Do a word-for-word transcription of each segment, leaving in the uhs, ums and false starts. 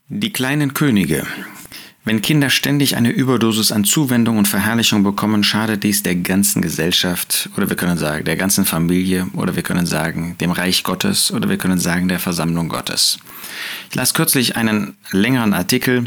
Die kleinen Könige. Wenn Kinder ständig eine Überdosis an Zuwendung und Verherrlichung bekommen, schadet dies der ganzen Gesellschaft oder wir können sagen der ganzen Familie oder wir können sagen dem Reich Gottes oder wir können sagen der Versammlung Gottes. Ich las kürzlich einen längeren Artikel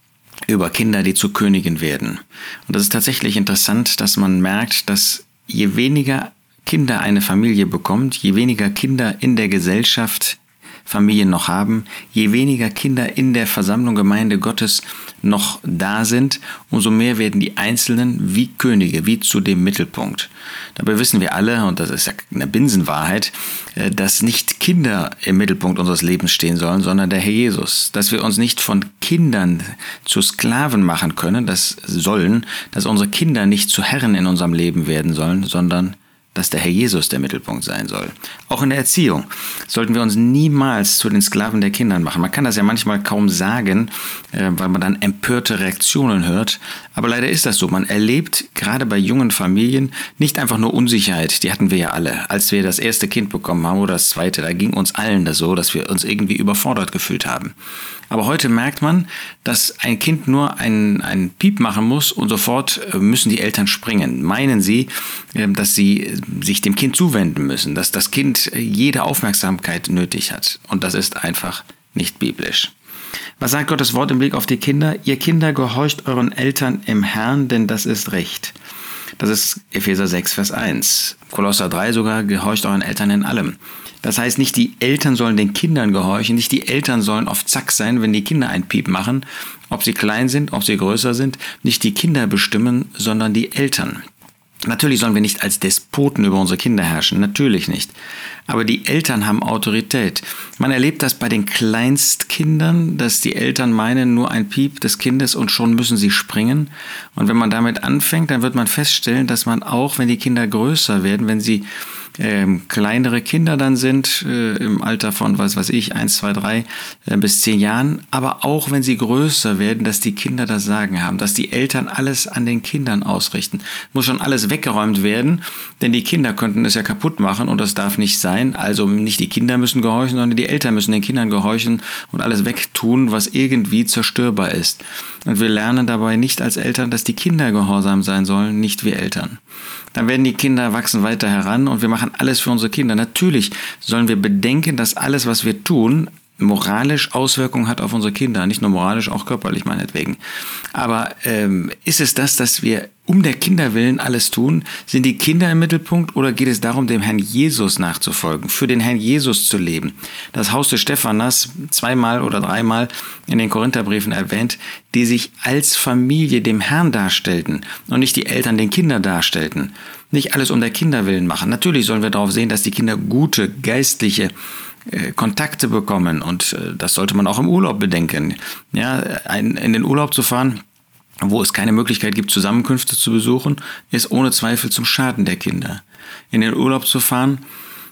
über Kinder, die zu Königen werden. Und das ist tatsächlich interessant, dass man merkt, dass je weniger Kinder eine Familie bekommt, je weniger Kinder in der Gesellschaft Familien noch haben, je weniger Kinder in der Versammlung Gemeinde Gottes noch da sind, umso mehr werden die Einzelnen wie Könige, wie zu dem Mittelpunkt. Dabei wissen wir alle, und das ist ja eine Binsenwahrheit, dass nicht Kinder im Mittelpunkt unseres Lebens stehen sollen, sondern der Herr Jesus. Dass wir uns nicht von Kindern zu Sklaven machen können, das sollen, dass unsere Kinder nicht zu Herren in unserem Leben werden sollen, sondern dass der Herr Jesus der Mittelpunkt sein soll. Auch in der Erziehung sollten wir uns niemals zu den Sklaven der Kinder machen. Man kann das ja manchmal kaum sagen, weil man dann empörte Reaktionen hört. Aber leider ist das so. Man erlebt gerade bei jungen Familien nicht einfach nur Unsicherheit. Die hatten wir ja alle. Als wir das erste Kind bekommen haben oder das zweite, da ging uns allen das so, dass wir uns irgendwie überfordert gefühlt haben. Aber heute merkt man, dass ein Kind nur einen, einen Piep machen muss und sofort müssen die Eltern springen. Meinen sie, dass sie sich dem Kind zuwenden müssen, dass das Kind jede Aufmerksamkeit nötig hat. Und das ist einfach nicht biblisch. Was sagt Gottes Wort im Blick auf die Kinder? Ihr Kinder, gehorcht euren Eltern im Herrn, denn das ist Recht. Das ist Epheser sechs, Vers eins. Kolosser drei sogar, gehorcht euren Eltern in allem. Das heißt, nicht die Eltern sollen den Kindern gehorchen, nicht die Eltern sollen auf Zack sein, wenn die Kinder ein Piep machen, ob sie klein sind, ob sie größer sind, nicht die Kinder bestimmen, sondern die Eltern. Natürlich sollen wir nicht als Despoten über unsere Kinder herrschen, natürlich nicht. Aber die Eltern haben Autorität. Man erlebt das bei den Kleinstkindern, dass die Eltern meinen, nur ein Piep des Kindes und schon müssen sie springen. Und wenn man damit anfängt, dann wird man feststellen, dass man auch, wenn die Kinder größer werden, wenn sie ähm, kleinere Kinder dann sind, äh, im Alter von, was weiß ich, eins, zwei, drei äh, bis zehn Jahren, aber auch wenn sie größer werden, dass die Kinder das Sagen haben, dass die Eltern alles an den Kindern ausrichten. Muss schon alles weggeräumt werden, denn die Kinder könnten es ja kaputt machen und das darf nicht sein. Also nicht die Kinder müssen gehorchen, sondern die Eltern müssen den Kindern gehorchen und alles wegtun, was irgendwie zerstörbar ist. Und wir lernen dabei nicht als Eltern, dass die Kinder gehorsam sein sollen, nicht wir Eltern. Dann werden die Kinder wachsen weiter heran und wir machen alles für unsere Kinder. Natürlich sollen wir bedenken, dass alles, was wir tun, moralisch Auswirkungen hat auf unsere Kinder. Nicht nur moralisch, auch körperlich meinetwegen. Aber ähm, ist es das, dass wir um der Kinder willen alles tun? Sind die Kinder im Mittelpunkt oder geht es darum, dem Herrn Jesus nachzufolgen, für den Herrn Jesus zu leben? Das Haus des Stephanas, zweimal oder dreimal in den Korintherbriefen erwähnt, die sich als Familie dem Herrn darstellten und nicht die Eltern den Kindern darstellten. Nicht alles um der Kinder willen machen. Natürlich sollen wir darauf sehen, dass die Kinder gute, geistliche Kontakte bekommen und das sollte man auch im Urlaub bedenken. Ja, in den Urlaub zu fahren, wo es keine Möglichkeit gibt, Zusammenkünfte zu besuchen, ist ohne Zweifel zum Schaden der Kinder. In den Urlaub zu fahren,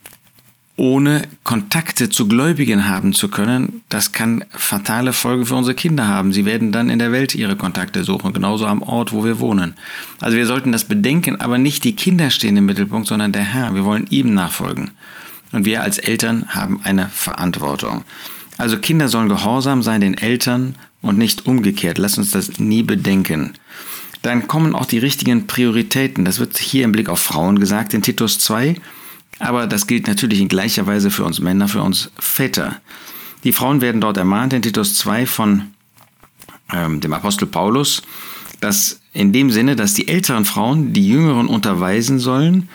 ohne Kontakte zu Gläubigen haben zu können, das kann fatale Folgen für unsere Kinder haben. Sie werden dann in der Welt ihre Kontakte suchen, genauso am Ort, wo wir wohnen. Also wir sollten das bedenken, aber nicht die Kinder stehen im Mittelpunkt, sondern der Herr. Wir wollen ihm nachfolgen. Und wir als Eltern haben eine Verantwortung. Also Kinder sollen gehorsam sein den Eltern und nicht umgekehrt. Lass uns das nie bedenken. Dann kommen auch die richtigen Prioritäten. Das wird hier im Blick auf Frauen gesagt in Titus zwei. Aber das gilt natürlich in gleicher Weise für uns Männer, für uns Väter. Die Frauen werden dort ermahnt in Titus zwei von ähm, dem Apostel Paulus, dass in dem Sinne, dass die älteren Frauen die Jüngeren unterweisen sollen,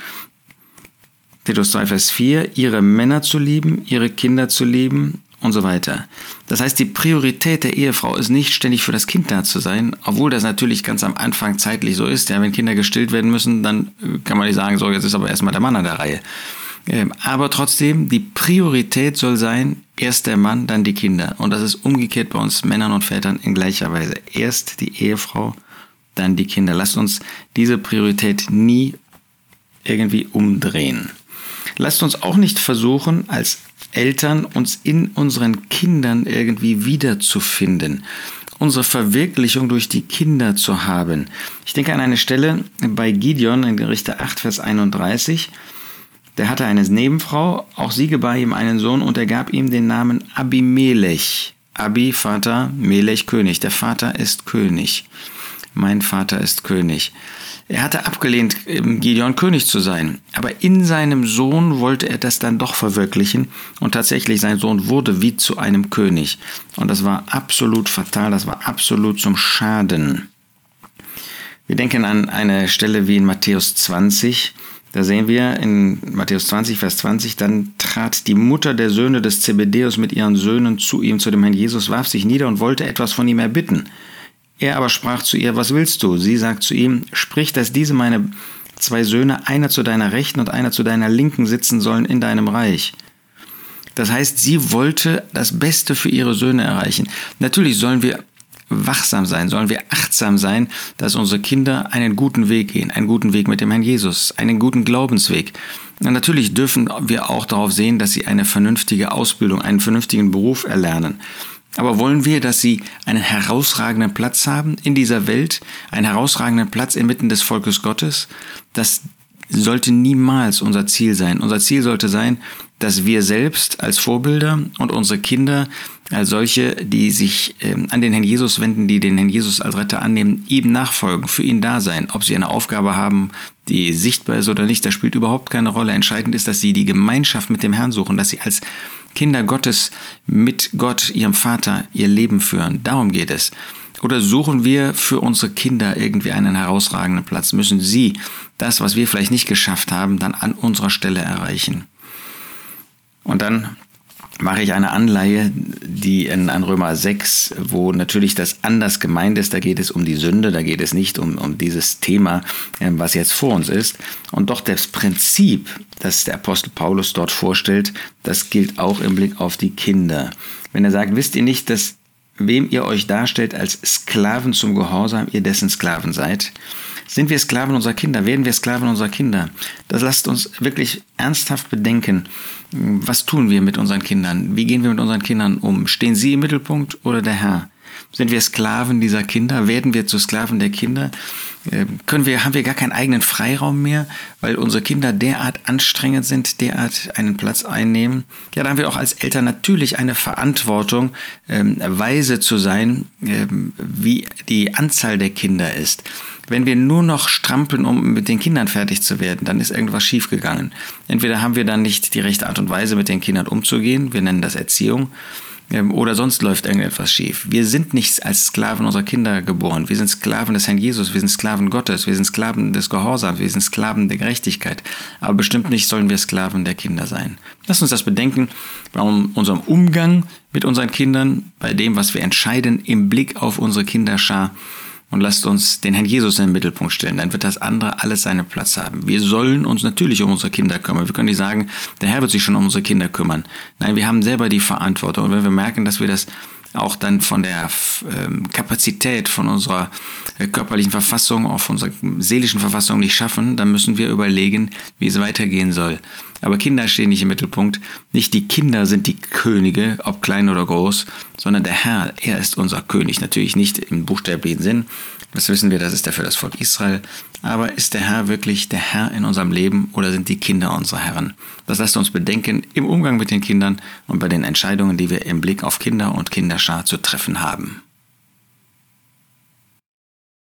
Titus zwei, Vers vier, ihre Männer zu lieben, ihre Kinder zu lieben und so weiter. Das heißt, die Priorität der Ehefrau ist nicht ständig für das Kind da zu sein, obwohl das natürlich ganz am Anfang zeitlich so ist. Ja, wenn Kinder gestillt werden müssen, dann kann man nicht sagen, so, jetzt ist aber erstmal der Mann an der Reihe. Aber trotzdem, die Priorität soll sein, erst der Mann, dann die Kinder. Und das ist umgekehrt bei uns Männern und Vätern in gleicher Weise. Erst die Ehefrau, dann die Kinder. Lasst uns diese Priorität nie irgendwie umdrehen. Lasst uns auch nicht versuchen, als Eltern uns in unseren Kindern irgendwie wiederzufinden, unsere Verwirklichung durch die Kinder zu haben. Ich denke an eine Stelle bei Gideon in Richter acht, Vers einunddreißig. Der hatte eine Nebenfrau, auch sie gebar ihm einen Sohn und er gab ihm den Namen Abimelech. Abi, Vater, Melech, König. Der Vater ist König. Mein Vater ist König. Er hatte abgelehnt, Gideon König zu sein. Aber in seinem Sohn wollte er das dann doch verwirklichen. Und tatsächlich, sein Sohn wurde wie zu einem König. Und das war absolut fatal, das war absolut zum Schaden. Wir denken an eine Stelle wie in Matthäus zwanzig. Da sehen wir in Matthäus zwanzig, Vers zwanzig, dann trat die Mutter der Söhne des Zebedäus mit ihren Söhnen zu ihm, zu dem Herrn Jesus, warf sich nieder und wollte etwas von ihm erbitten. Er aber sprach zu ihr, was willst du? Sie sagt zu ihm, sprich, dass diese meine zwei Söhne, einer zu deiner Rechten und einer zu deiner Linken sitzen sollen in deinem Reich. Das heißt, sie wollte das Beste für ihre Söhne erreichen. Natürlich sollen wir wachsam sein, sollen wir achtsam sein, dass unsere Kinder einen guten Weg gehen, einen guten Weg mit dem Herrn Jesus, einen guten Glaubensweg. Und natürlich dürfen wir auch darauf sehen, dass sie eine vernünftige Ausbildung, einen vernünftigen Beruf erlernen. Aber wollen wir, dass sie einen herausragenden Platz haben in dieser Welt, einen herausragenden Platz inmitten des Volkes Gottes? Das sollte niemals unser Ziel sein. Unser Ziel sollte sein, dass wir selbst als Vorbilder und unsere Kinder als solche, die sich ähm, an den Herrn Jesus wenden, die den Herrn Jesus als Retter annehmen, ihm nachfolgen, für ihn da sein. Ob sie eine Aufgabe haben, die sichtbar ist oder nicht, das spielt überhaupt keine Rolle. Entscheidend ist, dass sie die Gemeinschaft mit dem Herrn suchen, dass sie als Kinder Gottes mit Gott, ihrem Vater, ihr Leben führen. Darum geht es. Oder suchen wir für unsere Kinder irgendwie einen herausragenden Platz? Müssen sie das, was wir vielleicht nicht geschafft haben, dann an unserer Stelle erreichen? Und dann mache ich eine Anleihe, die in an Römer sechs, wo natürlich das anders gemeint ist. Da geht es um die Sünde, da geht es nicht um, um dieses Thema, was jetzt vor uns ist. Und doch das Prinzip, das der Apostel Paulus dort vorstellt, das gilt auch im Blick auf die Kinder. Wenn er sagt, wisst ihr nicht, dass wem ihr euch darstellt als Sklaven zum Gehorsam, ihr dessen Sklaven seid? Sind wir Sklaven unserer Kinder? Werden wir Sklaven unserer Kinder? Das lasst uns wirklich ernsthaft bedenken. Was tun wir mit unseren Kindern? Wie gehen wir mit unseren Kindern um? Stehen sie im Mittelpunkt oder der Herr? Sind wir Sklaven dieser Kinder? Werden wir zu Sklaven der Kinder? Können wir, haben wir gar keinen eigenen Freiraum mehr, weil unsere Kinder derart anstrengend sind, derart einen Platz einnehmen? Ja, da haben wir auch als Eltern natürlich eine Verantwortung, ähm, weise zu sein, ähm, wie die Anzahl der Kinder ist. Wenn wir nur noch strampeln, um mit den Kindern fertig zu werden, dann ist irgendwas schiefgegangen. Entweder haben wir dann nicht die rechte Art und Weise, mit den Kindern umzugehen, wir nennen das Erziehung, oder sonst läuft irgendetwas schief. Wir sind nicht als Sklaven unserer Kinder geboren. Wir sind Sklaven des Herrn Jesus, wir sind Sklaven Gottes, wir sind Sklaven des Gehorsams, wir sind Sklaven der Gerechtigkeit. Aber bestimmt nicht sollen wir Sklaven der Kinder sein. Lasst uns das bedenken bei unserem Umgang mit unseren Kindern, bei dem, was wir entscheiden im Blick auf unsere Kinderschar. Und lasst uns den Herrn Jesus in den Mittelpunkt stellen, dann wird das andere alles seinen Platz haben. Wir sollen uns natürlich um unsere Kinder kümmern. Wir können nicht sagen, der Herr wird sich schon um unsere Kinder kümmern. Nein, wir haben selber die Verantwortung. Und wenn wir merken, dass wir das auch dann von der ähm, Kapazität, von unserer äh, körperlichen Verfassung, auch von unserer seelischen Verfassung nicht schaffen, dann müssen wir überlegen, wie es weitergehen soll. Aber Kinder stehen nicht im Mittelpunkt. Nicht die Kinder sind die Könige, ob klein oder groß, sondern der Herr, er ist unser König. Natürlich nicht im buchstäblichen Sinn. Das wissen wir, das ist er für das Volk Israel. Aber ist der Herr wirklich der Herr in unserem Leben oder sind die Kinder unsere Herren? Das lasst uns bedenken im Umgang mit den Kindern und bei den Entscheidungen, die wir im Blick auf Kinder und Kinderschar zu treffen haben.